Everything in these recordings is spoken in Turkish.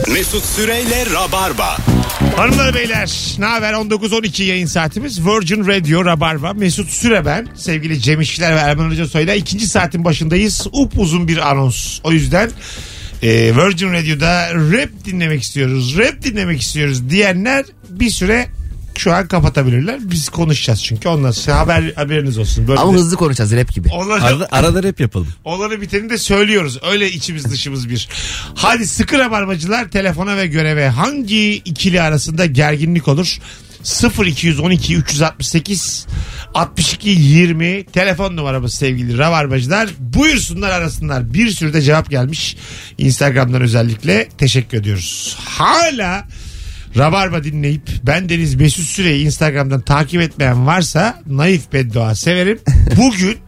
Mesut Süreyle Rabarba. Hanımlar beyler, ne haber? 19-12 yayın saatimiz. Virgin Radio Rabarba. Mesut Süre ben. Sevgili Cem İşçiler ve Erman Hoca Soy'la ikinci saatin başındayız. Upuzun bir anons. O yüzden Virgin Radio'da rap dinlemek istiyoruz diyenler bir süre şu an kapatabilirler. Biz konuşacağız çünkü. Ondan sonra haberiniz olsun. Böyle ama hızlı konuşacağız rap gibi. Arada rap yapalım. Olanı biteni de söylüyoruz. Öyle içimiz dışımız bir. Hadi sıkı rabarbacılar, telefona ve göreve. Hangi ikili arasında gerginlik olur? 0212 368 62 20 telefon numaramız sevgili rabarbacılar. Buyursunlar, arasınlar. Bir sürü de cevap gelmiş. Instagram'dan özellikle teşekkür ediyoruz. Hala Rabarba dinleyip bendeniz Mesut Süre'yi Instagram'dan takip etmeyen varsa naif beddua severim. Bugün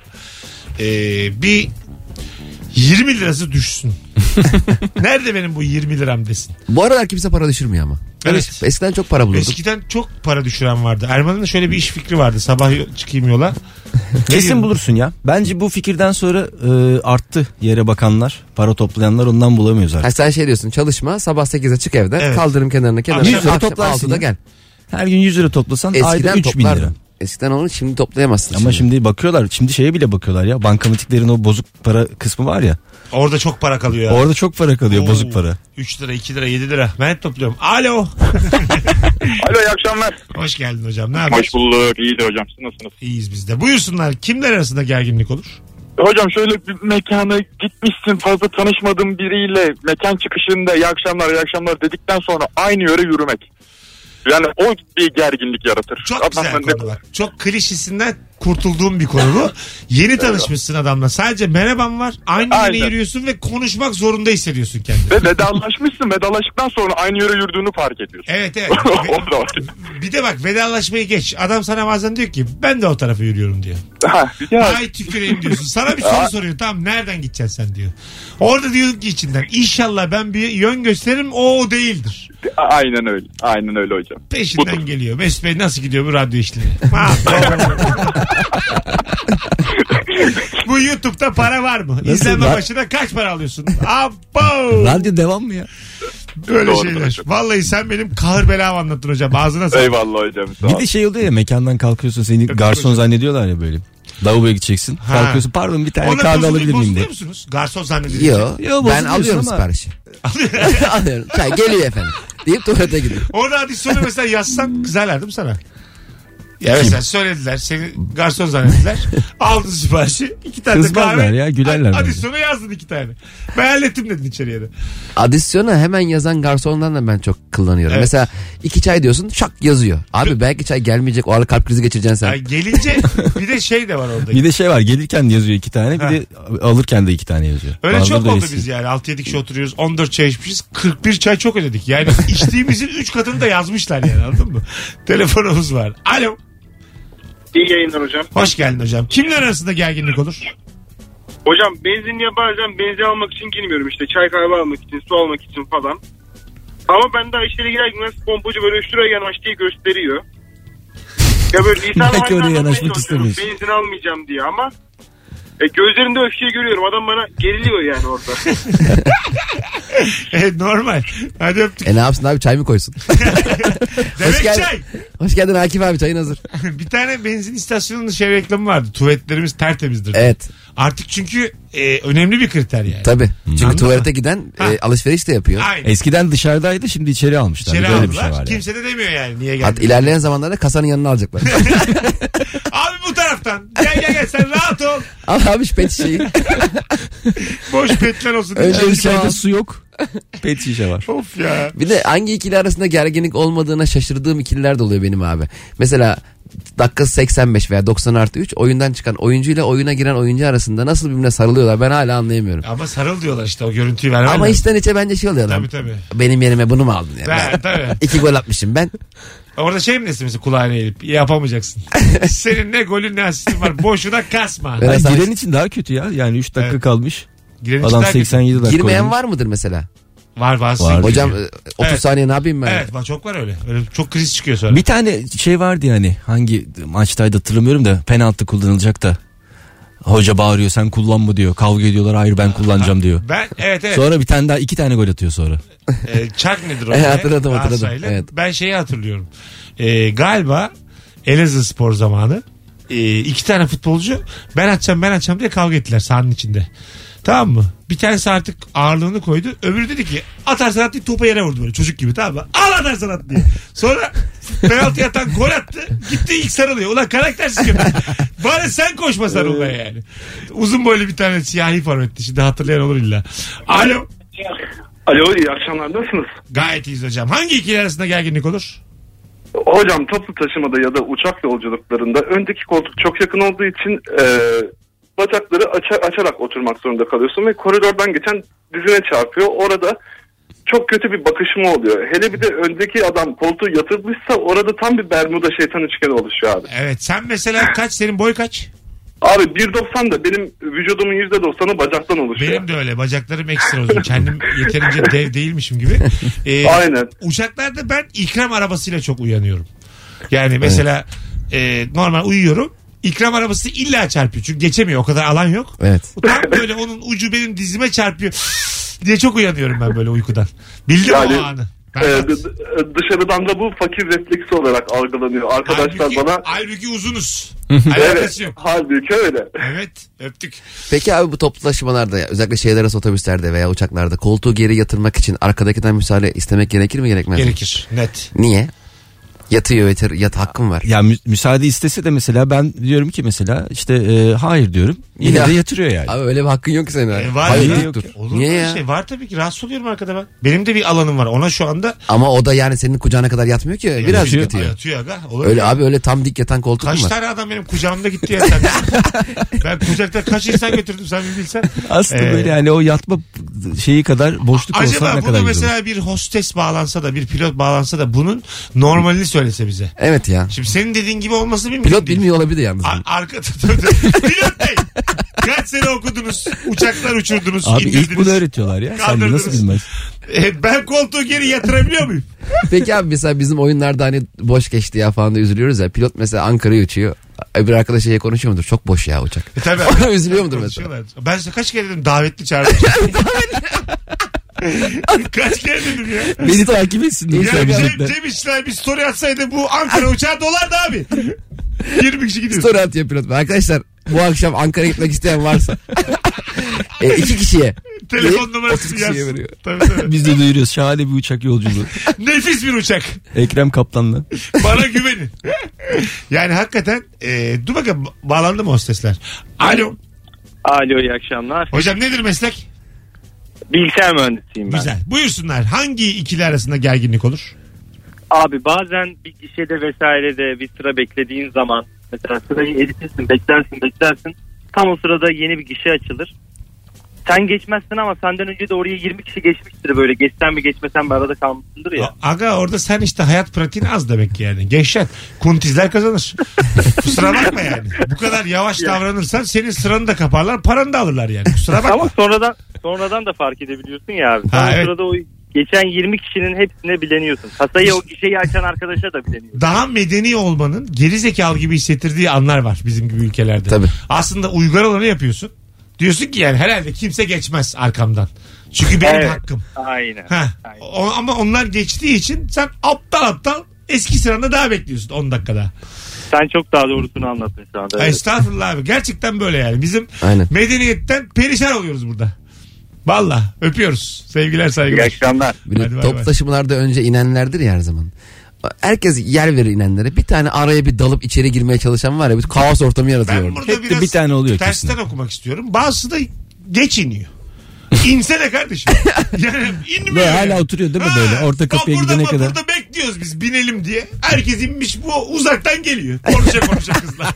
bir 20 lirası düşsün. Nerede benim bu 20 liram desin. Bu aralar kimse para düşürmüyor ama. Evet. Eskiden çok para bulurduk. Eskiden çok para düşüren vardı. Erman'ın da şöyle bir iş fikri vardı. Sabah çıkayım yola. Kesin bulursun ya. Bence bu fikirden sonra arttı yere bakanlar, para toplayanlar, ondan bulamıyoruz artık. Ha, sen şey diyorsun, çalışma, sabah 8'de çık evden, Evet. kaldırım kenarına akşam toplarsın 6'da ya. gel. Her gün 100 lira toplasan ayda Eskiden 3000 lira. toplardın. Eskiden onu şimdi toplayamazsın. Ama şimdi bakıyorlar. Şimdi şeye bile bakıyorlar ya. Bankamatiklerin o bozuk para kısmı var ya. Orada çok para kalıyor ya. Orada çok para kalıyor, bozuk para. 3 lira, 2 lira, 7 lira. Ben hep topluyorum. Alo. Alo, iyi akşamlar. Hoş geldin hocam. Ne haber? Hoş bulduk. İyidir hocam. Siz nasılsınız? İyiyiz biz de. Buyursunlar. Kimler arasında gerginlik olur? Hocam şöyle bir mekana gitmişsin, fazla tanışmadığın biriyle mekan çıkışında iyi akşamlar dedikten sonra aynı yöre yürümek. Yani o bir gerginlik yaratır. Çok güzel konu bak. Çok klişesinden kurtulduğum bir konu bu. Yeni tanışmışsın adamla. Sadece merhaban var. Aynı yere yürüyorsun ve konuşmak zorunda hissediyorsun kendini. Ve vedalaşmışsın. Vedalaştıktan sonra aynı yere yürüdüğünü fark ediyorsun. Evet. O da var. Bir de bak, vedalaşmayı geç. Adam sana bazen diyor ki ben de o tarafa yürüyorum diyor. Ay tüküreyim diyorsun. Sana bir soru soruyor. Tamam, nereden gideceksin sen diyor. Orada diyorsun ki içinden, İnşallah ben bir yön gösteririm, o değildir. Aynen öyle. Aynen öyle hocam. Peşinden geliyor. Mesut Bey nasıl gidiyor bu radyo işleri? Bu YouTube'da para var mı? Nasıl? İzlenme başına kaç para alıyorsun? Abo! Radyo devam mı ya? Böyle Doğru şeyler. hocam. Vallahi sen benim kahır belamı anlattın hocam. Ağzına sağlık. Eyvallah hocam. Sağ Bir ol. de şey oluyor ya, mekandan kalkıyorsun, seni garson hocam. zannediyorlar ya böyle. Lavaboya gideceksin. Ha. Kalkıyorsun, pardon bir tane Ona kahve alabilir miyim bozuluyor diye. musunuz? Garson zannediyorsun. Yok. Yo, Ben bozuluyorsun alıyorum ama- siparişi. Alıyorum. Çay geliyor efendim. Deyip tuvalete gidiyor. Orada adisyonu mesela yazsan kızarlar değil mi sana? Ya mesela söylediler, seni garson zannettiler. Aldın siparişi. 2 tane de Kızmazlar kahve. ya, gülerler bence. Adisyonu yazdın 2 tane. Ben hallettim dedin içeriye de. Adisyona hemen yazan garsondan da ben çok kullanıyorum. Evet. Mesela 2 çay diyorsun, şak yazıyor. Abi belki çay gelmeyecek, o ara kalp krizi geçireceksin sen. Yani gelince bir de şey de var orada. Bir de şey var, gelirken yazıyor 2 tane, bir Ha. de alırken de 2 tane yazıyor. Öyle Bazıları çok da oldu eski. biz yani. 6-7 kişi oturuyoruz. 14 çay içmişiz. 41 çay çok ödedik. Yani içtiğimizin 3 katını da yazmışlar yani, anladın mı? Telefonumuz var. Alo. İyi yayınlar hocam. Hoş geldin hocam. Kimler arasında gerginlik olur? Hocam benzinliğe bazen benzin almak için girmiyorum, işte çay kahve almak için, su almak için falan. Ama ben daha içeri girer girmez pompacı böyle şuraya yanaş diye gösteriyor. Ya böyle lisan Belki oraya haline yanaşmak anlatmaya çalışıyorum, istemiyorsun. benzin almayacağım diye ama gözlerinde öfkeyi görüyorum. Adam bana geriliyor yani orada. Normal. Hadi öptük. Ne yapsın abi, çay mı koysun? Demek geldin. çay. Hoş geldin Akif abi, çayın hazır. Bir tane benzin istasyonunun şey reklamı vardı. Tuvaletlerimiz tertemizdir. Evet. Artık çünkü önemli bir kriter yani. Tabii. Çünkü Anladın tuvalete mı? giden Ha. alışveriş de yapıyor. Aynen. Eskiden dışarıdaydı, şimdi içeri almışlar. İçeri Böyle bir şey aldılar. var yani. Kimse de demiyor yani niye Hatta geldin. ilerleyen zamanlarda kasanın yanına alacaklar. Abi bu taraftan. Gel sen rahat ol. Al abi şu pet şişeyi. Boş petler olsun. Önce İçeri bir şey git. al. su yok. Pet şişe var. Of ya. Bir de hangi ikili arasında gerginlik olmadığına şaşırdığım ikililer de oluyor benim abi. Mesela dakikası 85 veya 90+3 oyundan çıkan oyuncuyla oyuna giren oyuncu arasında nasıl birbirine sarılıyorlar, ben hala anlayamıyorum. Ama sarıl diyorlar işte, o görüntüyü vermem Ama lazım. içten içe bence şey oluyor adam. Tabii. Benim yerime bunu mu aldın yani? Tabii. 2 gol atmışım ben. Orada şey mi desin mesela, kulağına eğilip yapamayacaksın. Senin ne golün ne asistin var, boşuna kasma. Evet. Ay, Mesela- giren için daha kötü ya. Yani 3 dakika Evet. kalmış. Giren Adam içler- 87 dakika Girmeyen oynamış. var mıdır mesela? Var bazı. Var. Hocam 30 Evet. saniye ne yapayım ben? Evet çok var öyle. Öyle çok kriz çıkıyor sonra. Bir tane şey vardı yani, hangi maçtaydı hatırlamıyorum da, penaltı kullanılacak da Hoca bağırıyor sen kullanma diyor. Kavga ediyorlar hayır ben kullanacağım diyor. Evet. Sonra bir tane daha 2 tane gol atıyor sonra. Çak nedir o? Hatırladım. Evet. Ben şeyi hatırlıyorum. Galiba Elazığ Spor zamanı 2 tane futbolcu ben atacağım diye kavga ettiler sahanın içinde. Tamam mı? Bir tanesi artık ağırlığını koydu. Öbürü dedi ki atarsan at diye topa yere vurdu böyle çocuk gibi, tamam mı? Al atarsan at diye. Sonra penaltı atan gol attı. Gitti ilk sarılıyor. Ulan karaktersiz köpek. Bari sen koşma sarılmaya yani. Uzun boylu bir tane siyahi forvetti. Şimdi hatırlayan olur illa. Alo. Alo, iyi akşamlar, nasılsınız? Gayet iyiyiz hocam. Hangi ikili arasında gerginlik olur? Hocam toplu taşımada ya da uçak yolculuklarında öndeki koltuk çok yakın olduğu için bacakları açarak oturmak zorunda kalıyorsun ve koridordan geçen dizine çarpıyor. Orada çok kötü bir bakışma oluyor. Hele bir de öndeki adam koltuğu yatırmışsa orada tam bir Bermuda şeytan üçgeni oluşuyor abi. Evet, sen mesela kaç, senin boy kaç? Abi 1.90 da benim vücudumun %90'ı bacaktan oluşuyor. Benim de öyle, bacaklarım ekstra uzun. Kendim yeterince dev değilmişim gibi. Aynen. Uçaklarda ben ikram arabasıyla çok uyanıyorum. Yani mesela normal uyuyorum. İkram arabası illa çarpıyor. Çünkü geçemiyor. O kadar alan yok. Evet. Tam böyle onun ucu benim dizime çarpıyor diye çok uyanıyorum ben böyle uykudan. Bildim yani, o anı. Dışarıdan da bu fakir refleksi olarak algılanıyor. Arkadaşlar bana... Halbuki uzunuz. Evet, yok. Halbuki öyle. Evet, öptük. Peki abi bu toplu taşımalarda özellikle şehirler arası otobüslerde veya uçaklarda koltuğu geri yatırmak için arkadakinden müsaade istemek gerekir mi gerekmez mi? Gerekir, net. Niye? Yatıyor yat hakkım var. Ya müsaade istese de mesela ben diyorum ki mesela işte hayır diyorum. Yine ya, de yatırıyor yani. Abi öyle bir hakkın yok ki senin. Var hayır ya. yoktur. Olur Niye mu ya? şey? Var tabii ki, rahatsız oluyorum arkada ben. Benim de bir alanım var ona şu anda. Ama o da yani senin kucağına kadar yatmıyor ki. Biraz yatıyor. Yatıyor aga. Olur öyle mu? abi, öyle tam dik yatan koltuk mu var? Kaç tane adam benim kucağımda gitti ya sen. Ben kucakta kaç insan götürdüm sen bir bilsen. Aslında böyle yani o yatma şeyi kadar boşluk olsa acaba ne kadar bunu güzel mesela olur. bir hostes bağlansa da, bir pilot bağlansa da bunun normalini söylese bize. Evet ya. Şimdi senin dediğin gibi olması mümkün Pilot değil. bilmiyor olabilir yalnız. Arka pilot değil. Kaç sene okudunuz? Uçaklar uçurdunuz. Abi indirdiniz. ilk bunu öğretiyorlar ya. Sen de Kaldırdınız. nasıl bilmez. Ben koltuğu geri yatırabiliyor muyum? Peki abi mesela bizim oyunlarda hani boş geçti ya falan da üzülüyoruz ya. Pilot mesela Ankara'ya uçuyor. Öbür arkadaş konuşuyor mudur? Çok boş ya uçak. Tabii. Üzülüyor mudur mesela? Ben size kaç kere dedim davetli çağırdım. Kaç kere dedim ya. Beni takip etsin diye Cem İşler bir story atsaydı bu Ankara uçağı dolardı abi. 20 kişi gidiyor. Story atıyor pilot. Arkadaşlar bu akşam Ankara'ya gitmek isteyen varsa 2 kişiye. Telefon numarası 30 kişiye yaz. veriyor. Tabii. Biz de duyuruyoruz. Şahane bir uçak yolculuğu. Nefis bir uçak. Ekrem Kaptan'la. Bana güvenin. Yani hakikaten dur bakalım, bağlandı mı hostesler? Alo. Alo, iyi akşamlar. Hocam nedir meslek? Bilgisayar mühendisiyim ben. Güzel. Buyursunlar. Hangi ikili arasında gerginlik olur? Abi bazen bir gişede vesairede bir sıra beklediğin zaman mesela sırayı eritirsin, beklersin. Tam o sırada yeni bir gişe açılır. Sen geçmezsin ama senden önce de oraya 20 kişi geçmiştir böyle. Geçsen mi geçmesen mi arada kalmışsındır ya. Aga orada sen işte hayat pratiğin az demek ki yani. Geçeceksin. Kuntizler kazanır. Kusura bakma yani. Bu kadar yavaş davranırsan senin sıranı da kaparlar, paranı da alırlar yani. Kusura bakma. Ama sonradan da fark edebiliyorsun ya abi. Ha, o evet. sırada o geçen 20 kişinin hepsine bileniyorsun. Kasayı o gişeyi açan arkadaşa da bileniyorsun. Daha medeni olmanın gerizekalı gibi hissettirdiği anlar var bizim gibi ülkelerde. Tabii. Aslında uygar olanı yapıyorsun. Diyorsun ki yani herhalde kimse geçmez arkamdan. Çünkü benim hakkım. Aynen. Ama onlar geçtiği için sen aptal eski sıranda daha bekliyorsun 10 dakikada. Sen çok daha doğrusunu anlattın şu anda. Evet. Estağfurullah abi. Gerçekten böyle yani. Bizim Aynen. medeniyetten perişan oluyoruz burada. Valla öpüyoruz. Sevgiler, saygılar. İyi akşamlar. Bir Hadi bay top bay. taşımalarda önce inenlerdir ya her zaman. Herkes yer verir inenlere. Bir tane araya bir dalıp içeri girmeye çalışan var ya, bir kaos ortamı yaratıyor Ben orada. burada Hep de biraz bir tane oluyor tersten kesin. okumak istiyorum. Bazısı da geç iniyor. İnsene kardeşim. Yani inmiyor. Ve hala yani. oturuyor değil mi böyle? Orta kapıya gidene kadar. Burada bekliyoruz biz binelim diye. Herkes inmiş, bu uzaktan geliyor. Konuşa kızlar.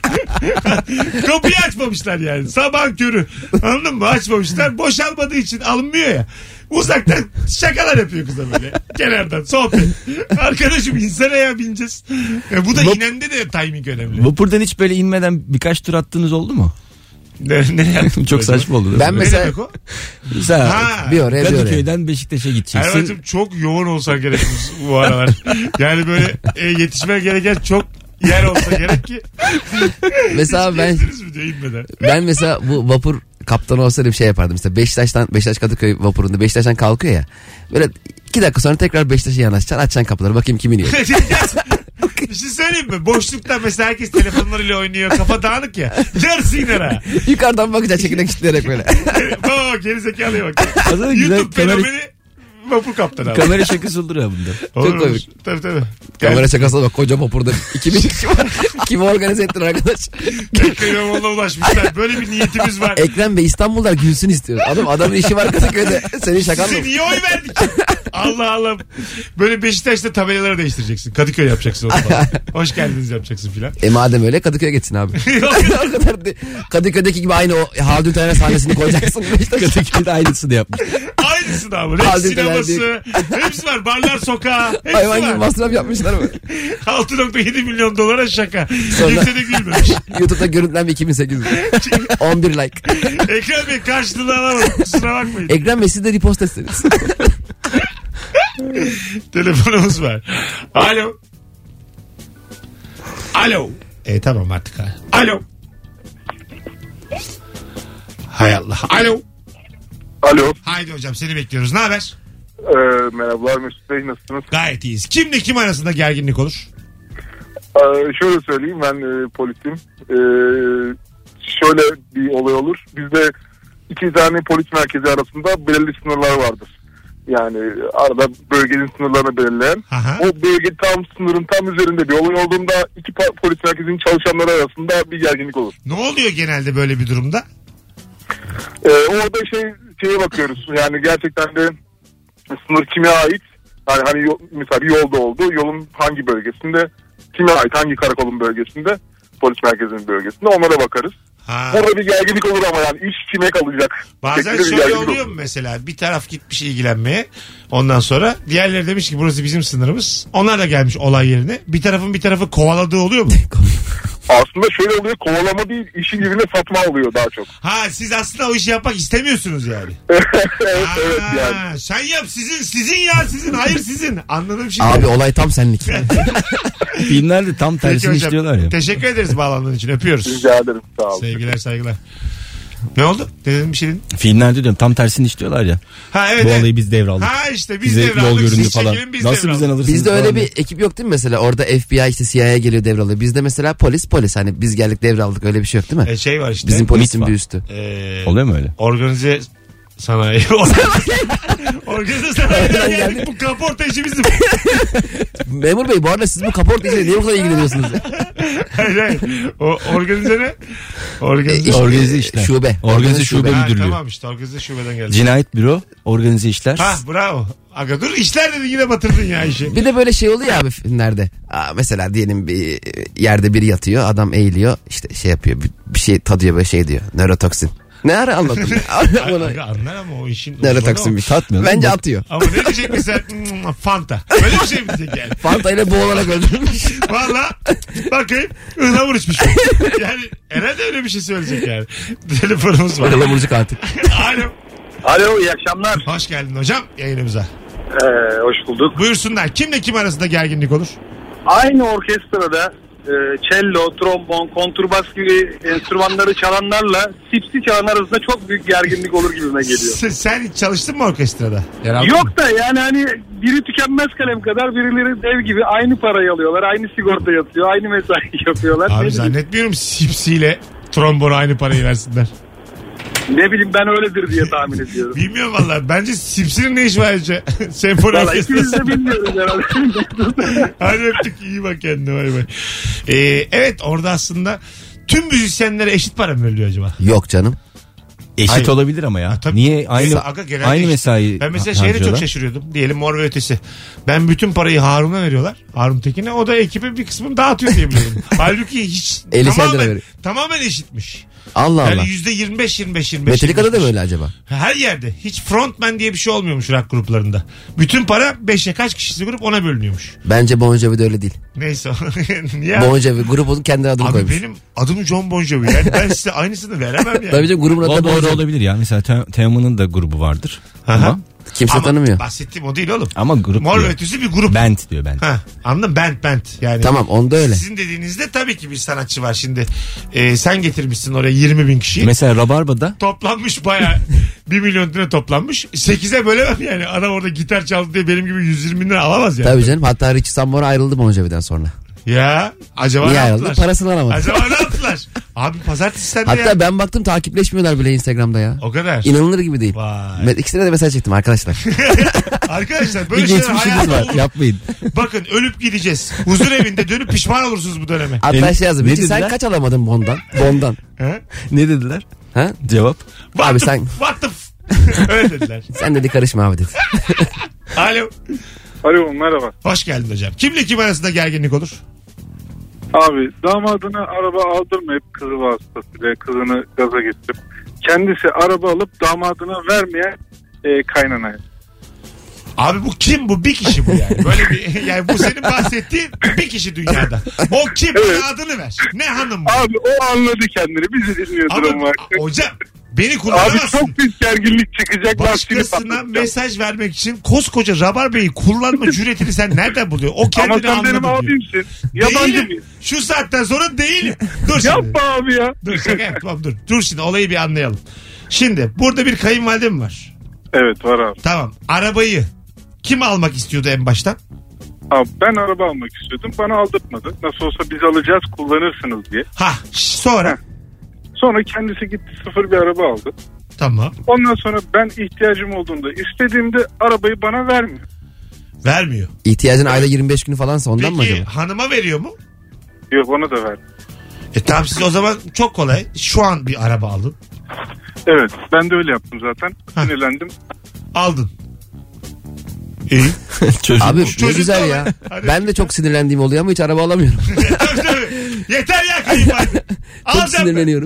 Kapıyı açmamışlar yani. Sabah körü. Anladın mı? Açmamışlar. Boşalmadığı için alınmıyor ya. Uzaktan şakalar yapıyor kıza böyle. Kenardan sohbet. Arkadaşım insene ya, bineceğiz. Bu da inende de timing önemli. Vapurdan hiç böyle inmeden birkaç tur attığınız oldu mu? Nereye yaptın? Çok saçma oldu. Ben Ne mesela demek o? Mesela Ha, bir oraya bir oraya. Kadıköy'den Beşiktaş'a gideceksin. Erman'cığım çok yoğun olsa gerek bu aralar. Yani böyle yetişmen gereken çok yer olsa gerek ki. Mesela ben Gezdiniz mi diyor inmeden. ben mesela bu vapur kaptanı olsa bir şey yapardım. Mesela Beşiktaş Kadıköy vapurunda Beşiktaş'tan kalkıyor ya. Böyle 2 dakika sonra tekrar Beşiktaş'a yanaşacaksın. Açacaksın kapıları bakayım kimin iniyor. Bir şey söyleyeyim mi? Boşlukta mesela herkes telefonlarıyla oynuyor. Kafa dağınık ya. Yarısı iner ha. Yukarıdan bakacaksın çekirdek kitleyerek böyle. Baba gerizekalıya bak. Aslında güzel YouTube fenomeni vapur kaptanı abi. kamera şakası olur ya bunda. Olur, Çok olur. komik. Tabii. Kamera şakasına bak koca vapurda 2000 kişi var. Kimi organize ettin arkadaş? Ekrem İmamoğlu'na ulaşmışlar. Böyle bir niyetimiz var. Ekrem Bey İstanbul'da gülsün istiyoruz. Adamın işi var Kadıköy'de. Senin şakan mı? Size niye oy verdik? Allah Allah. Böyle Beşiktaş'ta tabelaları değiştireceksin. Kadıköy yapacaksın onu falan. Hoş geldiniz yapacaksın filan. Madem öyle Kadıköy'e geçsin abi. O kadar Kadıköy'deki gibi aynı o Haldun Taner sahnesini koyacaksın. Kadıköy'de aynısını yapmış. Aynısını abi. Red Haldun sineması. Hepsi var. Barlar sokağı. Hepsi Hayvan gibi var. masraf yapmışlar mı? 6.7 milyon dolara şaka. Sonra- Kimse de gülmemiş. YouTube'da görüntülen bir 2008. 11 like. Ekrem Bey karşılığını alamadım. Kusura bakmayın. Ekrem Bey siz de repost etseniz. Telefonumuz var. Alo. Alo. Tamam artık. Alo. Hay Allah. Alo. Alo. Haydi hocam seni bekliyoruz. Ne haber? Merhabalar Mesut Bey, nasılsınız? Gayet iyiyiz. Kimle kim arasında gerginlik olur? Şöyle söyleyeyim, ben polisim. Şöyle bir olay olur. Bizde 2 tane polis merkezi arasında belirli sınırlar vardır. Yani arada bölgenin sınırlarını belirleyen. Aha. O bölge sınırın tam üzerinde bir olay olduğunda 2 polis merkezinin çalışanları arasında bir gerginlik olur. Ne oluyor genelde böyle bir durumda? Orada şeye bakıyoruz. Yani gerçekten de sınır kime ait? Yani hani mesela bir yolda oldu. Yolun hangi bölgesinde? Kime ait? Hangi karakolun bölgesinde? Polis merkezinin bölgesinde. Onlara bakarız. Ha. Burada bir gerginlik olur ama yani iş kime kalacak? Bazen Şeklinde bir şöyle gerginlik oluyor mu mesela? Bir taraf gitmiş ilgilenmeye. Ondan sonra diğerleri demiş ki burası bizim sınırımız. Onlar da gelmiş olay yerine. Bir tarafı kovaladığı oluyor mu? Aslında şöyle oluyor, kovalama değil, işin yerine satma oluyor daha çok. Ha siz aslında o işi yapmak istemiyorsunuz yani. evet yani. Ha, sen yap sizin ya sizin hayır sizin. Anladım şimdi. Abi olay tam senlik. Filmlerde tam Peki tersini hocam, işliyorlar ya. teşekkür ederiz bağlandığın için öpüyoruz. Rica ederim, sağ olun. Sevgiler saygılar. Ne oldu? Dedin bir şey dedin. Filmlerde diyorum tam tersini işliyorlar ya. Ha evet. Bu evet. olayı biz devraldık. Ha işte biz Bize devraldık. yol göründü Siz falan. çekilin, biz Nasıl devraldık. bizden alırsınız? Bizde öyle falan bir ekip yok değil mi mesela? Orada FBI işte CIA geliyor devralıyor. Bizde mesela polis. Hani biz geldik devraldık öyle bir şey yok değil mi? Şey var işte. Bizim polisin var. bir üstü. Oluyor mu öyle? Organize sanayi. Organize sanayiden geldik. Bu kaporta işimizi. Memur Bey bu arada siz bu kaporta işine niye bu kadar ilgileniyorsunuz? Hayır. O organize ne? Organize. Organize işler. Şube. Organize şube Ha, müdürlüğü. tamam işte organize şubeden geldi. Cinayet büro, organize işler. Ha bravo. Aga dur işler dedin yine batırdın ya işi. Bir de böyle şey oluyor abi filmlerde. Mesela diyelim bir yerde biri yatıyor. Adam eğiliyor. İşte şey yapıyor. Bir şey tadıyor böyle şey diyor. Nörotoksin. Ne ara anlattın? Aga anlar ama o işin. Nörotoksin bir şey. Tatmıyor. Bence atıyor. Ama ne diyecek mesela Fanta. Öyle bir şey mi diyecek yani? Fanta ile boğularak öldürmüş. Valla bakayım ıhlamur içmiş. Yani herhalde öyle bir şey söyleyecek yani. Telefonumuz var. Kılavurucu katil. Alo. Alo, iyi akşamlar. Hoş geldin hocam yayınımıza. Hoş bulduk. Buyursunlar. Kimle kim arasında gerginlik olur? Aynı orkestrada cello, trombon, kontrbas gibi enstrümanları çalanlarla sipsi çalanlar arasında çok büyük gerginlik olur gibime geliyor. Sen hiç çalıştın mı orkestrada? Yer aldın mı? Yok da yani hani biri tükenmez kalem kadar, birileri dev gibi aynı parayı alıyorlar, aynı sigorta yatıyor, aynı mesai yapıyorlar. Abi Ne bileyim, zannetmiyorum sipsiyle trombona aynı parayı versinler. ne bileyim ben öyledir diye tahmin ediyorum. Bilmiyorum valla. Bence sipsinin ne işi var ayrıca? Senfoni Valla ikimiz orkestrası. de bilmiyoruz herhalde. Hadi öptük. İyi bak kendine. Bay bay. Evet orada aslında tüm müzisyenlere eşit para mı veriliyor acaba? Yok canım. Eşit Hayır. olabilir ama ya. Tabii. Niye aynı Mesela aga genelde aynı eşit. mesai Ben mesela şeye de çok harcıyorlar? şaşırıyordum. Diyelim Mor ve Ötesi. Ben bütün parayı Harun'a veriyorlar. Harun Tekin'e. O da ekibin bir kısmını dağıtıyor diye biliyorum. Halbuki hiç 50 lira veriyor. tamamen eşitmiş. Allah Yani Allah. %25. Metallica'da da mı öyle acaba? Her yerde. Hiç frontman diye bir şey olmuyormuş rock gruplarında. Bütün para 5'e kaç kişisi grup ona bölünüyormuş. Bence Bon Jovi de öyle değil. Neyse. Niye? Bon Jovi grubun kendi adını Abi koymuş. benim adım John Bon Jovi. Yani ben size aynısını veremem yani. Tabii canım grubun adı O da Bon doğru Jovi. olabilir ya. Mesela Teoman'ın da grubu vardır. Aha. Ama Kimse Ama tanımıyor. bahsettiğim o değil oğlum. Ama grup Mor diyor. ve Ötesi bir grup. Band diyor band. Ha, anladın, band yani. Tamam, onda öyle. Sizin dediğinizde tabii ki bir sanatçı var şimdi. Sen getirmişsin oraya 20 bin kişiyi. Mesela Rabarba'da Toplanmış bayağı 1 milyon lira toplanmış. 8'e bölemem yani. Adam orada gitar çaldı diye benim gibi 120 bin lira alamaz yani. Tabii canım, hatta Richie Sambora ayrıldı Bon Jovi'den sonra. Ya acaba Niye ne ayrıldı? yaptılar? Parasını alamadı. Acaba ne yaptılar? Abi pazartesi sende Hatta ya. ben baktım takipleşmiyorlar bile Instagram'da ya. O kadar. İnanılır gibi değil. Vay. İkisine de mesaj çektim arkadaşlar. Arkadaşlar böyle bir şeyler geçmişiniz hayatta var. olur. Yapmayın. Bakın ölüp gideceğiz. Huzur evinde dönüp pişman olursunuz bu döneme. Hatta şey yazdım. Ne Richie sen dediler? kaç alamadın Bon'dan? He? Ne dediler? Ha? Cevap. Abi sen Öyle dediler. sen dedi karışma abi dedi. Alo. Alo merhaba. Hoş geldin hocam. Kimle kim arasında gerginlik olur? Abi damadına araba aldırmayıp kızı vasıtasıyla kızını gaza getirip kendisi araba alıp damadına vermeyen kaynanaya. Abi bu kim bu? Bir kişi bu yani. Böyle bir yani bu senin bahsettiğin bir kişi dünyada. O kim? Evet. Adını ver. Ne hanım bu? Abi o anladı kendini. Bizi dinliyordur Ama ama. hocam beni Abi kullanamazsın. çok büyük gerginlik çıkacak. Başkasına mesaj vermek için koskoca Rabarba'yı kullanma cüretini sen nereden buluyorsun? O kendini Ama sen anladı benim diyor. abimsin. Yabancı Değilim. mıyım? Şu saatten sonra değilim. Dur şimdi. Yapma abi ya. Dur şaka yap. Tamam dur. Dur şimdi olayı bir anlayalım. Şimdi burada bir kayınvalide mi var? Evet var abi. Tamam. Arabayı kim almak istiyordu en baştan? Abi ben araba almak istiyordum. Bana aldırtmadı. Nasıl olsa biz alacağız kullanırsınız diye. Sonra. Sonra kendisi gitti sıfır bir araba aldı. Tamam. Ondan sonra ben ihtiyacım olduğunda istediğimde arabayı bana vermiyor. Vermiyor. İhtiyacın ayda 25 günü falansa ondan mı Peki acaba? hanıma veriyor mu? Yok ona da vermiyor. Tamam siz o zaman çok kolay. Şu an bir araba aldın. Evet ben de öyle yaptım zaten. Hah. Sinirlendim. Aldın. İyi. Abi ne Çocuk güzel da ya. var. Hadi. Ben de çok sinirlendiğim oluyor ama hiç araba alamıyorum. Tabii. Yeter ya kayınvalide. Çok Alacağım ben. sinirleniyorum.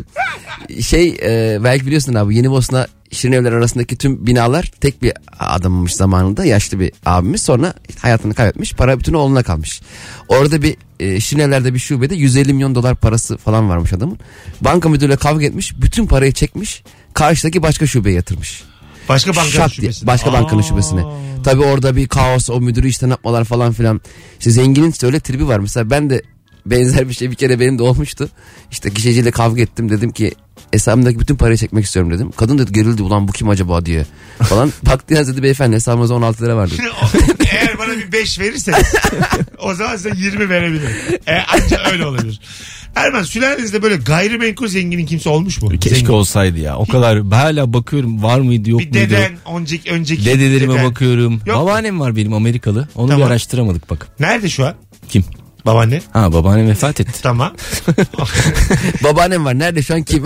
Belki biliyorsun abi, Yeni Bosna Şirin Evler arasındaki tüm binalar tek bir adammış zamanında, yaşlı bir abimiz, sonra hayatını kaybetmiş, para bütün oğluna kalmış. Orada bir Şirin Evler'de bir şubede 150 milyon dolar parası falan varmış adamın. Banka müdürüyle kavga etmiş, bütün parayı çekmiş, karşıdaki başka şubeye yatırmış. Başka bankanın Şak diye, şubesine. başka bankanın şubesine. Tabii orada bir kaos, o müdürü işten yapmalar falan filan. İşte zenginin işte öyle tribi var. Mesela ben de benzer bir şey bir kere benim de olmuştu. İşte gişeciyle kavga ettim, dedim ki hesabımdaki bütün parayı çekmek istiyorum dedim. Kadın dedi gerildi, ulan bu kim acaba diye falan. Baktı ya dedi, beyefendi hesabımızda 16 lira var dedi. Eğer bana bir 5 verirseniz o zaman size 20 verebilirim. Ancak öyle olabilir. Erman, sülalenizde böyle gayrimenkul zenginin kimse olmuş mu? Keşke Zengin. olsaydı ya. O kadar hala bakıyorum var mıydı yok Bir muydu. deden, önceki Dedelerime deden. bakıyorum. Yok. Babaannem var benim, Amerikalı. Onu Tamam. bir araştıramadık bak. Nerede şu an? Kim? Babaanne. Ha, babaannem vefat etti. Tamam. Babaannem var, nerede şu an kim?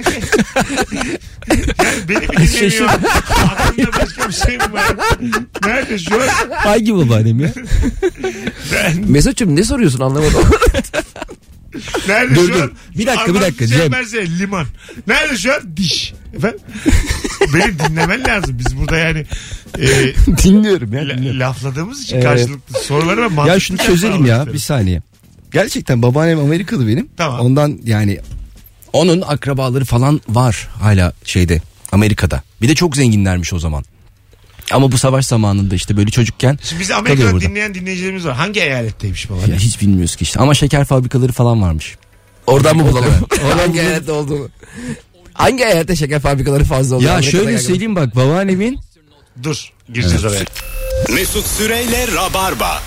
Beni mi dinlemiyor? Aklımda başka bir şey mi var? Nerede şu an? Hangi babaannem ya? Mesut'cum ne soruyorsun, anlamadım. Nerede Dur, şu dur. an? Bir dakika, Arman Cem. Çemberse, liman. Nerede şu an? Diş. Efendim? Beni dinlemen lazım. Biz burada yani Dinliyorum ya. lafladığımız için Evet. karşılıklı soruları ve mantıklı Ya şunu çözelim ya bir saniye. Gerçekten babaannem Amerikalı benim. Tamam. Ondan yani onun akrabaları falan var hala şeyde, Amerika'da. Bir de çok zenginlermiş o zaman. Ama bu savaş zamanında işte böyle çocukken Şimdi bizi kalıyor Amerika'da burada. dinleyen dinleyicilerimiz var. Hangi eyaletteymiş babaanne? Ya hiç bilmiyoruz ki işte. Ama şeker fabrikaları falan varmış. Oradan mı bulalım? Hangi eyalette olduğunu. Hangi eyalette şeker fabrikaları fazla oluyor? Ya Amerika'da şöyle şey geldim. söyleyeyim bak, babaannemin Dur. Gireceğiz oraya. Mesut Süreyle Rabarba.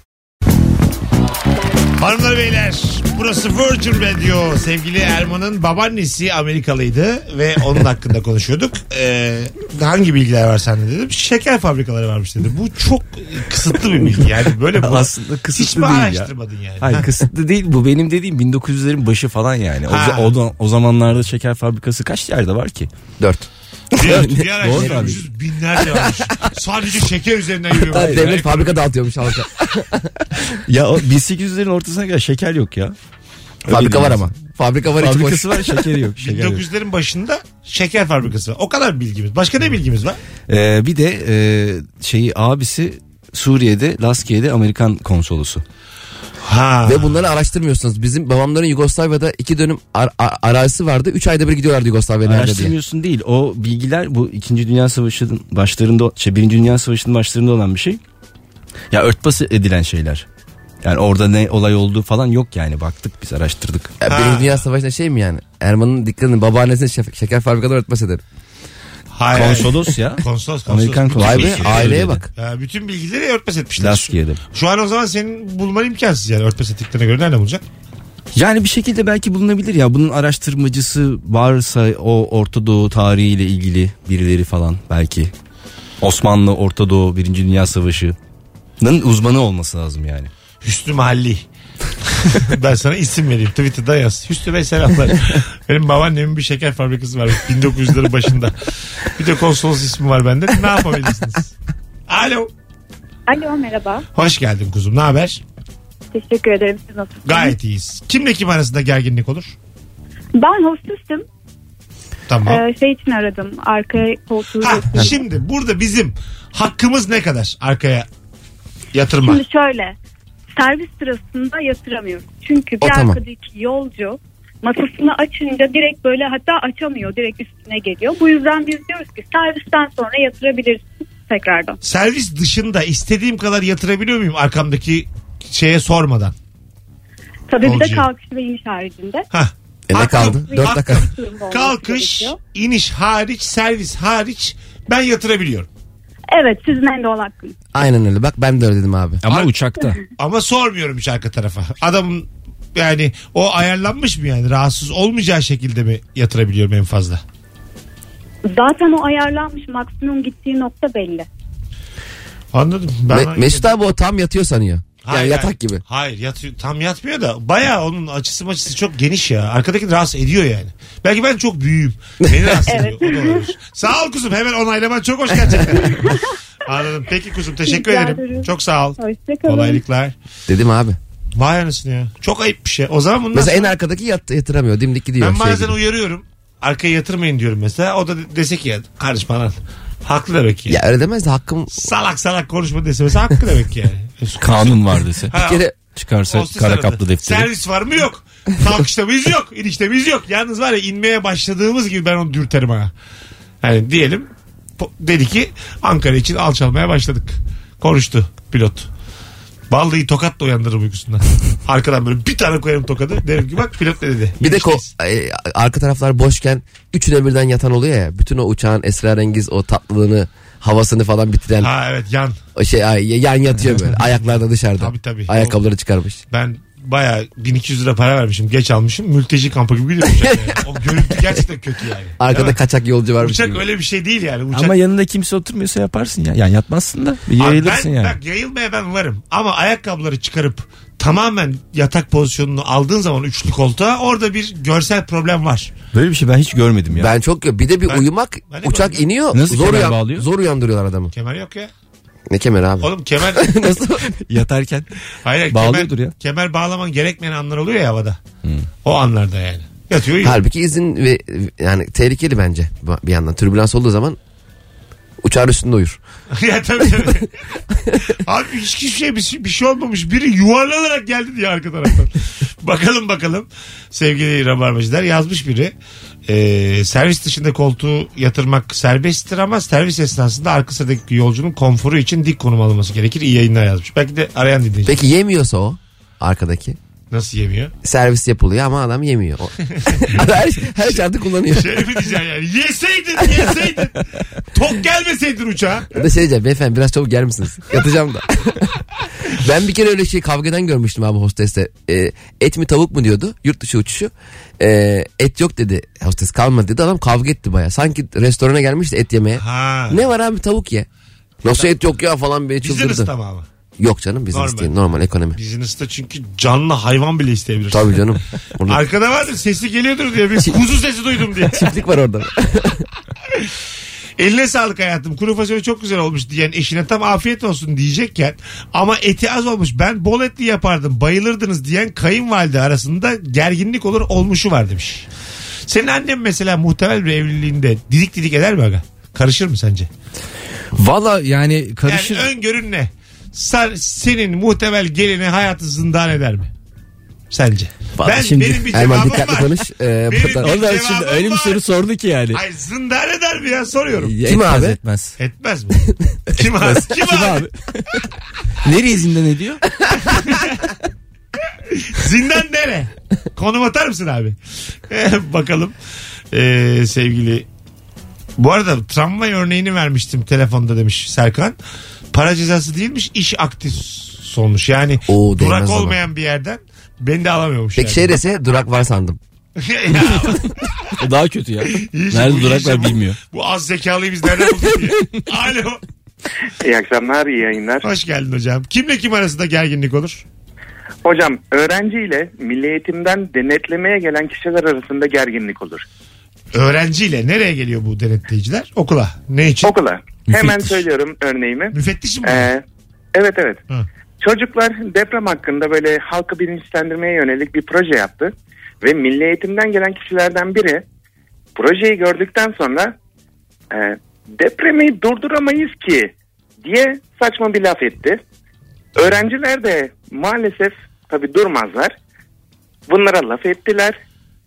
Hanımlar beyler, burası Virgin Radio. Sevgili Erman'ın babaannesi Amerikalıydı ve onun hakkında konuşuyorduk. Hangi bilgiler var sende dedim. Şeker fabrikaları varmış dedi. Bu çok kısıtlı bir bilgi yani. Böyle bu. aslında kısıtlı Hiç mi değil ya. araştırmadın yani? Hayır, Ha? kısıtlı değil, bu benim dediğim 1900'lerin başı falan yani. Ha. O zamanlarda şeker fabrikası kaç yerde var ki? 4. Bir Doğru araştırmışız, binlerce varmış. Sadece şeker üzerinden yürüyor. Devlet fabrika dağıtıyormuş halka. Ya o 1800'lerin ortasına kadar şeker yok ya. Fabrika var ama. Fabrika var, içi boş. Fabrikası var, şekeri yok. Şeker yok. 1900'lerin başında şeker fabrikası var. O kadar bilgimiz. Başka ne bilgimiz var? Bir de abisi Suriye'de, Laskiye'de Amerikan konsolosu. Ha. Ve bunları araştırmıyorsunuz. Bizim babamların Yugoslavya'da 2 dönüm arazisi vardı. 3 ayda bir gidiyorlardı Yugoslavya'ya nerede diye. Araştırmıyorsun değil. O bilgiler bu 2. Dünya Savaşı'nın başlarında, 1. Dünya Savaşı'nın başlarında olan bir şey. Ya örtbas edilen şeyler. Yani orada ne olay olduğu falan yok yani. Baktık biz, araştırdık. Ya Birinci Dünya Savaşı'nda şey mi yani? Erman'ın dikkatini babaannesine şeker fabrikaları örtbas eder. Hayır. Konsolos ya. Konsolos. Amerikan Bütün Vay be, bilgileri- aileye bak. Bütün bilgileri örtbas etmişler. Laskiye'de. Şu an o zaman senin bulman imkansız yani örtbas ettiklerine göre nerede bulacak? Yani bir şekilde belki bulunabilir ya. Bunun araştırmacısı varsa o Orta Doğu tarihiyle ilgili birileri falan belki. Osmanlı, Orta Doğu, 1. Dünya Savaşı'nın uzmanı olması lazım yani. Hüsnü Mahalli. Ben sana isim vereyim. Twitter'da yaz. Hüsnü Bey selamlar. Benim babaannemin bir şeker fabrikası var 1900'lerin başında. Bir de konsolos ismi var bende. Ne yapabilirsiniz? Alo. Alo, merhaba. Hoş geldin kuzum. Ne haber? Teşekkür ederim. Siz nasılsınız? Gayet iyiyiz. Kimle kim arasında gerginlik olur? Ben hostestim. Tamam. Şey için aradım. Arkaya koltuğu götürdüm. Şimdi burada bizim hakkımız ne kadar arkaya yatırma? Şimdi şöyle. Servis sırasında yatıramıyoruz. Çünkü bir O tamam. arkadaki yolcu masasını açınca direkt böyle, hatta açamıyor. Direkt üstüne geliyor. Bu yüzden biz diyoruz ki servisten sonra yatırabilirsin tekrardan. Servis dışında istediğim kadar yatırabiliyor muyum arkamdaki şeye sormadan? Tabii bir de Yolcuya. kalkış ve iniş haricinde. Hah. Ne kaldı? 4 dakika. Kalkış, iniş hariç, servis hariç ben yatırabiliyorum. Evet, sizin en doğal hakkınız. Aynen öyle. Bak ben de öyle dedim abi. Ama uçakta. Ama sormuyorum hiç arka tarafa. Adamın yani o ayarlanmış mı yani? Rahatsız olmayacağı şekilde mi yatırabiliyorum en fazla? Zaten o ayarlanmış, maksimum gittiği nokta belli. Anladım. Mesut abi o tam yatıyor sanıyor. Yani Hayır, yatak hayır. gibi. Hayır yatıyor, tam yatmıyor da bayağı onun açısı çok geniş ya. Arkadaki rahatsız ediyor yani. Belki ben çok büyüğüm. Beni rahatsız ediyor. O da olabilir. Sağ ol kuzum, hemen onaylaman çok hoş gerçekten. Anladım. Peki kuzum, teşekkür Rica ederim. ederim. Çok sağ ol. Hoşçakalın. Kolaylıklar. Dedim abi. Vay anasını ya. Çok ayıp bir şey. O zaman bundan Mesela en sonra arkadaki yatıramıyor. Dimdik gidiyor. ben bazen gibi. uyarıyorum. Arkaya yatırmayın diyorum mesela. O da dese ki ya kardeşim lan. Haklı demek ki. Ya öyle demez de hakkım Salak salak konuşma dese mesela hakkı demek ki yani. Kanun var dese. Ha, bir kere Çıkarsa hostes kara aradı. kaplı defteri. Servis var mı? Yok. Kalkışta mıyız? Yok. İnişte miyiz? Yok. Yalnız var ya, inmeye başladığımız gibi ben onu dürterim ha. Yani diyelim dedi ki Ankara için alçalmaya başladık. Konuştu pilot. Vallahi tokatla uyandırırım uykusundan. Arkadan böyle bir tane koyarım tokadı. Derim ki bak pilot ne dedi. bir de İnişteyiz. arka taraflar boşken üçüne birden yatan oluyor ya. Bütün o uçağın esrarengiz o tatlılığını, havasını falan bitiren Ha evet, yan. o şey yan yatıyor böyle. Ayaklar da dışarıda. Tabii. Ayakkabıları çıkarmış. Ben bayağı 1200 lira para vermişim. Geç almışım. Mülteci kampı gibi gidiyor uçak yani. O görüntü gerçekten kötü yani. Arkada Değil mi? kaçak yolcu varmış Uçak gibi. öyle bir şey değil yani. Uçak... Ama yanında kimse oturmuyorsa yaparsın ya. Yani yatmazsın da bir Abi yayılırsın ben, yani. Bak yayılmaya ben varım. Ama ayakkabıları çıkarıp tamamen yatak pozisyonunu aldığın zaman üçlü koltuğa orada bir görsel problem var. Böyle bir şey ben hiç görmedim ya. Ben çok bir de Ben- uyumak ben de uçak görmedim. iniyor. Nasıl kemer bağlıyor? Zor uyandırıyorlar adamı. Kemer yok ya. Ne kemer abi? Oğlum kemer... Nasıl? Yatarken Hayır, bağlıyordur ya. kemer bağlaman gerekmeyen anlar oluyor ya havada. O anlarda yani. Yatıyor ya. Halbuki izin ve yani tehlikeli bence bir yandan. Türbülans olduğu zaman uçağın üstünde uyur. Ya tabii. Abi hiçbir şey bir şey olmamış. Biri yuvarlanarak geldi diye arka taraftan. bakalım. Sevgili rabarbacılar, yazmış biri. Servis dışında koltuğu yatırmak serbesttir ama servis esnasında arka sıradaki yolcunun konforu için dik konum alınması gerekir. İyi yayınlar yazmış. Belki de arayan dinleyici. Peki yemiyorsa o arkadaki? Nasıl yemiyor? Servis yapılıyor ama adam yemiyor. her şartı kullanıyor. Şey mi diyeceksin yani? Yeseydin. Tok gelmeseydin uçağa. Bir de şey diyeceğim, beyefendi biraz çabuk gelir misiniz? Yatacağım da. Ben bir kere öyle şey kavgadan görmüştüm abi hosteste. Et mi tavuk mu diyordu yurt dışı uçuşu. Et yok dedi hostes, kalmadı dedi, adam kavga etti baya. Sanki restorana gelmişti et yemeye. Ha. Ne var abi, tavuk ye. Nasıl et yok ya falan bir Business çıldırdı. tamamı. Yok canım, business değil, normal ekonomi. Business'ta çünkü canlı hayvan bile isteyebilir. Tabii canım. Orada Arkada vardır, sesi geliyordur diye. Bir kuzu sesi duydum diye. çiftlik var orada. Eline sağlık hayatım, kuru fasulye çok güzel olmuş diyen eşine tam afiyet olsun diyecekken ama eti az olmuş, ben bol etli yapardım bayılırdınız diyen kayınvalide arasında gerginlik olmuşu var demiş. Senin annen mesela muhtemel bir evliliğinde didik eder mi aga? Karışır mı sence? Valla yani karışır. Yani öngörün ne? senin muhtemel gelini hayatı zindan eder mi? Sence? Vallahi şimdi benim bir Erman cevabım dikkatli var. konuş. Benim bir Ondan cevabım şimdi öyle bir var. soru sordu ki yani. Hayır zindan eder mi ya soruyorum. Kim abi? Etmez. Etmez mi? Kim abi? Kim Kim abi? abi? Nereye zindan ediyor? Zindan nere? Konum atar mısın abi? Bakalım. Sevgili. Bu arada tramvay örneğini vermiştim telefonda demiş Serkan. Para cezası değilmiş, iş aktif olmuş. Yani Oo, durak değmez ama. olmayan bir yerden beni de alamıyormuş. Peki şey dese durak var sandım. Ya, O daha kötü ya. iyice Nerede bu- durak iyice var bu- bilmiyor. Bu az zekalıyı biz nereden bulduk diye. Alo. İyi akşamlar, iyi yayınlar. Hoş geldin hocam. Kimle kim arasında gerginlik olur? Hocam öğrenciyle milli eğitimden denetlemeye gelen kişiler arasında gerginlik olur. Öğrenciyle nereye geliyor bu denetleyiciler? Okula. Ne için? Okula. Hemen Müfettiş. söylüyorum örneğimi. Müfettiş mi? Evet evet. Hı. Çocuklar deprem hakkında böyle halkı bilinçlendirmeye yönelik bir proje yaptı. Ve milli eğitimden gelen kişilerden biri projeyi gördükten sonra depremi durduramayız ki diye saçma bir laf etti. Öğrenciler de maalesef tabii durmazlar. Bunlara laf ettiler.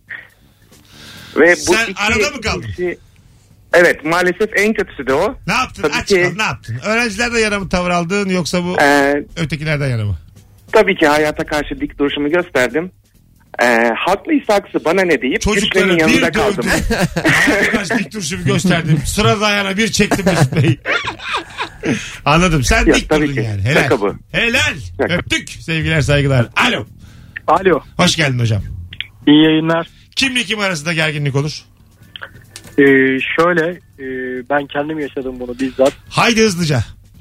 Ve bu Sen arada mı kaldın? Evet, maalesef en kötüsü de o. Ne yaptın? Tabii Aç ki- kal, ne yaptın? Öğrencilerden yana mı tavır aldın yoksa bu ötekilerden yana mı? Tabii ki hayata karşı dik duruşumu gösterdim. Haklıysa haksız bana ne deyip Çocukları güçlerin bir yanında kaldım. dövdüm. Hayata dik duruşumu gösterdim. Sıra dayana bir çektim Mesut Bey. Anladım. Sen Ya, dik tabii durdun ki. yani. Helal. Şaka bu. Helal. Şaka. Öptük. Sevgiler saygılar. Alo. Alo. Hoş geldin hocam. İyi yayınlar. Kimle kim arasında gerginlik olur? Şöyle ben kendim yaşadım bunu bizzat. Haydi hızlıca.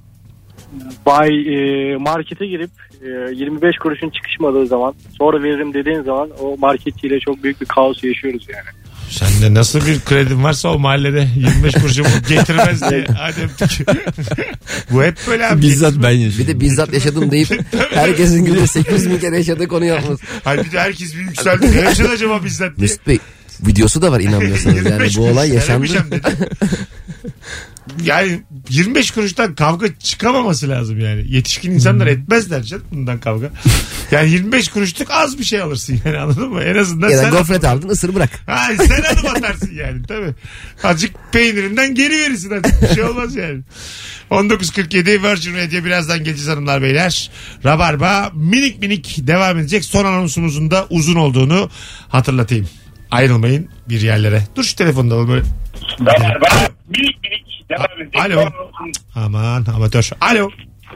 Markete girip 25 kuruşun çıkışmadığı zaman sonra veririm dediğin zaman o marketçiyle çok büyük bir kaos yaşıyoruz yani. Sende nasıl bir kredin varsa o mahallede 25 kuruşun getirmez diye. Hadi öptük. Bu hep böyle abi. Bizzat ben yaşadım. Bir de bizzat yaşadım deyip herkesin günde 8 bin kere yaşadığı konuyu yapmaz. Hayır bir de herkes bir yükseldi. Ne yaşadı acaba bizzat diye. Mesut Bey videosu da var inanmıyorsanız. Yani 25 bu olay kuruş yaşandı. veremeyeceğim dedi. Yani 25 kuruştan kavga çıkamaması lazım yani. Yetişkin insanlar etmezler canım bundan kavga. Yani 25 kuruşluk az bir şey alırsın yani anladın mı? En azından Ya da sen gofret aldın ısır bırak. Ha, sen adım atarsın yani tabii. Azıcık peynirinden geri verirsin azıcık bir şey olmaz yani. 19.47 Virgin Radio birazdan geleceğiz hanımlar beyler. Rabarba minik minik devam edecek. Son anonsumuzun da uzun olduğunu hatırlatayım. Ayrılmayın bir yerlere. Dur şu telefonda alalım böyle. Rabarba minik minik devam edecek. Alo. Aman amatör. Alo.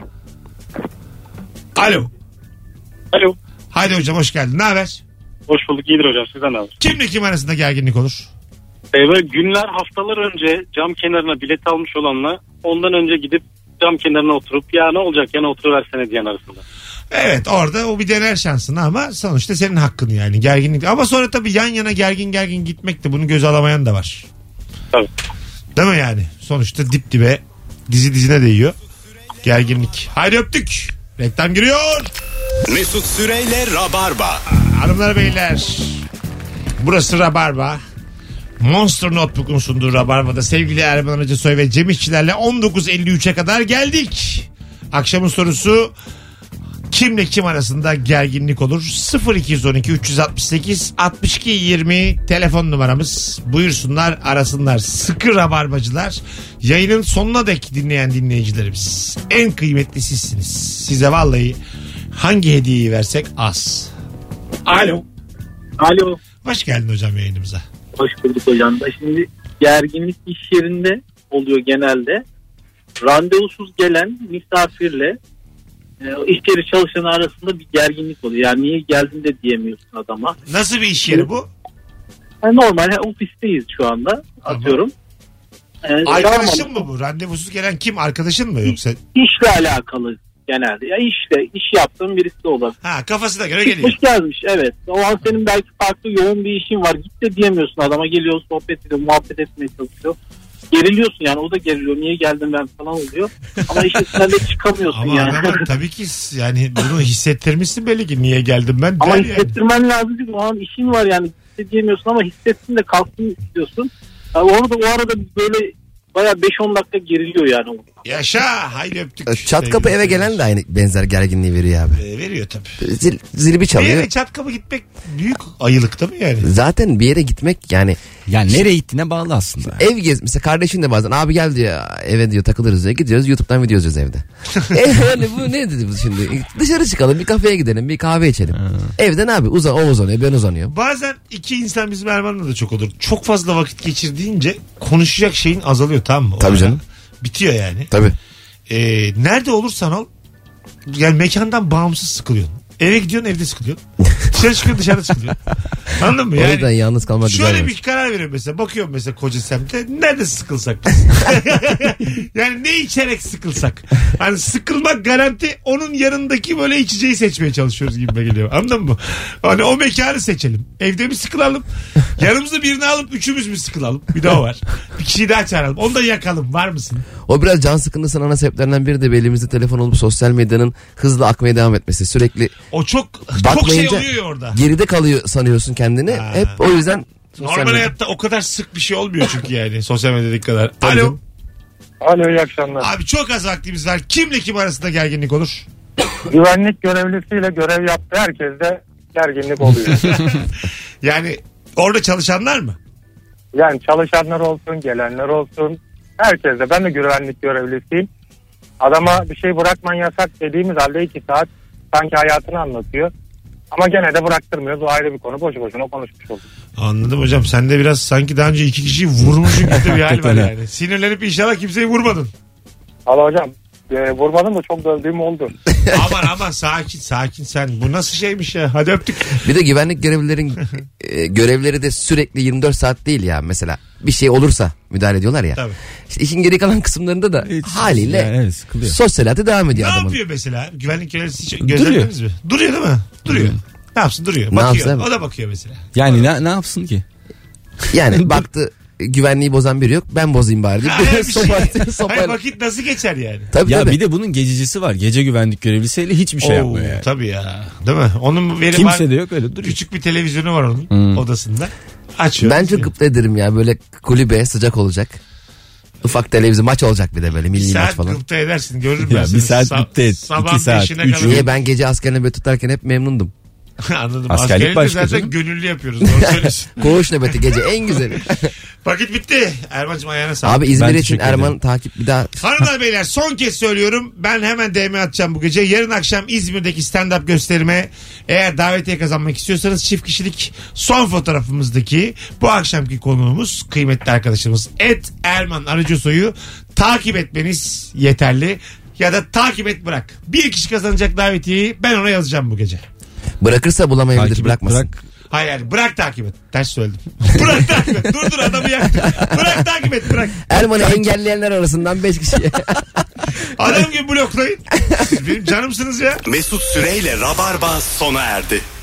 Alo. Alo. Haydi hocam hoş geldin. Ne haber? Hoş bulduk, iyidir hocam, sizden ne haber? Kimle kim arasında gerginlik olur? Böyle günler haftalar önce cam kenarına bilet almış olanla ondan önce gidip cam kenarına oturup ya ne olacak yana oturuversene diyen arasında. Evet orada o bir dener şansını ama sonuçta senin hakkın yani gerginlik. Ama sonra tabii yan yana gergin gitmek de bunu göze alamayan da var. Tabii. Değil mi yani? Sonuçta dip dibe dizi dizine değiyor. Gerginlik. Haydi öptük. Reklam giriyor. Mesut Süreyle Rabarba. Hanımlar beyler. Burası Rabarba. Monster Notebook'un sunduğu Rabarba'da sevgili Erman Arıcısoy ve Cem İşçilerle 19.53'e kadar geldik. Akşamın sorusu kimle kim arasında gerginlik olur? 0212 368 62 20 telefon numaramız. Buyursunlar arasınlar. Sıkı Rabarbacılar. Yayının sonuna dek dinleyen dinleyicilerimiz. En kıymetli sizsiniz. Size vallahi hangi hediyeyi versek az. Alo. Alo. Hoş geldin hocam yayınımıza. Hoş bulduk hocam. Şimdi gerginlik iş yerinde oluyor genelde. Randevusuz gelen misafirle iş yeri çalışanı arasında bir gerginlik oluyor. Yani niye geldin de diyemiyorsun adama. Nasıl bir iş yeri bu? Yani normal ofisteyiz şu anda atıyorum. Arkadaşın mı bu? Randevusuz gelen kim? Arkadaşın mı yoksa? İşle alakalı genelde. Ya iş yaptığım birisi olur. Ha kafasına göre geliyor. Çıkmış gelmiş evet. O an senin belki farklı yoğun bir işin var. Git de diyemiyorsun adama, geliyor sohbet ediyor, muhabbet etmeye çalışıyor. Geriliyorsun yani, o da geriliyor. Niye geldim ben falan oluyor. Ama işin içinden de çıkamıyorsun Ama yani. adama tabii ki yani bunu hissettirmişsin belli ki niye geldim ben. Ama der hissettirmen lazım çünkü o an işin var yani, diyemiyorsun ama hissetsin de kalksın istiyorsun. Yani orada o arada böyle Baya 5-10 dakika geriliyor yani. Yaşa. Haydi öptük. Çat kapı eve gelen de aynı benzer gerginliği veriyor abi. Veriyor tabii. Zili bir Bir çalıyor. yere çat kapı gitmek büyük ayılık değil mi yani? Zaten bir yere gitmek yani Yani nereye gittiğine bağlı aslında. ev gez. Mesela kardeşin de bazen abi gel diyor eve diyor takılırız diyor. Gidiyoruz YouTube'dan video izliyoruz evde. Yani bu ne dedi bu şimdi? Dışarı çıkalım bir kafeye gidelim bir kahve içelim. Evden abi o uzanıyor ben uzanıyorum. Bazen iki insan bizim Erman'la da çok olur. Çok fazla vakit geçirdiğince konuşacak şeyin azalıyor, tamam mı? O Tabii ara canım. Bitiyor yani. Tabii. Nerede olursan ol yani mekandan bağımsız sıkılıyorsun. Eve gidiyorsun evde sıkılıyorsun. Dışarı çıkıyorsun dışarıda sıkılıyorsun. Anladın mı? O yüzden yalnız kalmak güzel. Şöyle bir karar veriyorum mesela. Bakıyorum mesela koca semte. Nerede sıkılsak biz? Yani ne içerek sıkılsak? Hani sıkılmak garanti, onun yanındaki böyle içeceği seçmeye çalışıyoruz gibi geliyor. Anladın mı? Hani o mekanı seçelim. Evde mi sıkılalım? Yanımıza birini alıp üçümüz mü sıkılalım? Bir de o var. Bir kişiyi daha çağıralım. Onu da yakalım. Var mısın? O biraz can sıkıntısının ana sebeplerinden biri de elimizde telefon olup sosyal medyanın hızla akmaya devam etmesi. Sürekli O çok şey bakmayınca oluyor ya orada. geride kalıyor sanıyorsun kendini. Ha. Hep o yüzden sosyal Normal medya. hayatta o kadar sık bir şey olmuyor çünkü yani sosyal medyadaki kadar. Tabii Alo. canım. Alo, iyi akşamlar. Abi çok az vaktimiz var. Kimle kim arasında gerginlik olur? Güvenlik görevlisiyle görev yaptı herkes de gerginlik oluyor. Yani orada çalışanlar mı? Yani çalışanlar olsun, gelenler olsun. Herkes de. Ben de güvenlik görevlisiyim. Adama bir şey bırakman yasak dediğimiz halde 2 saat sanki hayatını anlatıyor. Ama gene de bıraktırmıyoruz. O ayrı bir konu. Boşu boşuna konuşmuş olduk. Anladım hocam. Sen de biraz sanki daha önce 2 kişiyi vurmuşsun gibi bir hal var yani. Sinirlenip inşallah kimseyi vurmadın. Allah hocam vurmadım da çok dövdüğüm oldu. Aman sakin sen. Bu nasıl şeymiş ya? Hadi öptük. Bir de güvenlik görevlilerin görevleri de sürekli 24 saat değil ya. Mesela bir şey olursa müdahale ediyorlar ya. Tabii. İşte işin geri kalan kısımlarında da haliyle Yani evet, sıkılıyor. sosyal hayatı devam ediyor Ne adamın. yapıyor mesela? Güvenlik görevlisi hiç gözlemlediniz mi? Duruyor değil mi? Duruyor. Ne yapsın? Duruyor. Ne Bakıyor. yapsın? O da bakıyor mesela. Yani ne yapsın ki? Yani baktı güvenliği bozan biri yok ben bozayım bari Ha, öyle diye. bir şey. Hayır, Sopayla. vakit nasıl geçer yani? Tabii Ya tabii. bir de bunun gececisi var. Gece güvenlik görevlisiyle hiçbir şey yapmıyor yani. Tabii ya. Değil mi? Onun benim Kimse de yok öyle duruyor. küçük bir televizyonu var onun odasında. Açıyor. Ben çok gıpta ederim ya böyle kulübe sıcak olacak. Ufak televizyon maç olacak bir de böyle bir milli maç saat falan. gıpta edersin. Görürüm ben Ya seni. bir saat gıpta et, Sabah 2 saat, 5'ine 3 kadar. Niye ben gece askerle nöbet tutarken hep memnundum. Anladım. Askerlik Askerlik başka zaten canım. gönüllü yapıyoruz. Doğru söylüyorsun. Koğuş nöbeti gece en güzeli. Vakit bitti. Erman'cığım ayağına sağlık. Abi İzmir Ben için teşekkür Erman ederim. takip bir daha. Hanımlar beyler son kez söylüyorum. Ben hemen DM atacağım bu gece. Yarın akşam İzmir'deki stand-up gösterime eğer davetiye kazanmak istiyorsanız çift kişilik son fotoğrafımızdaki bu akşamki konuğumuz kıymetli arkadaşımız Erman Arıcısoy'u takip etmeniz yeterli. Ya da takip et bırak. Bir kişi kazanacak davetiyeyi ben ona yazacağım bu gece. Bırakırsa bulamayabilir Takip et, bırakmasın. bırak. Hayır yani bırak takip et. Ters söyledim. Bırak takip et. Dur adamı yaktın. Bırak takip et bırak. Erman'ı engelleyenler arasından 5 kişiye. Adam gibi bloklayın. Siz benim canımsınız ya. Mesut Süreyle Rabarba sona erdi.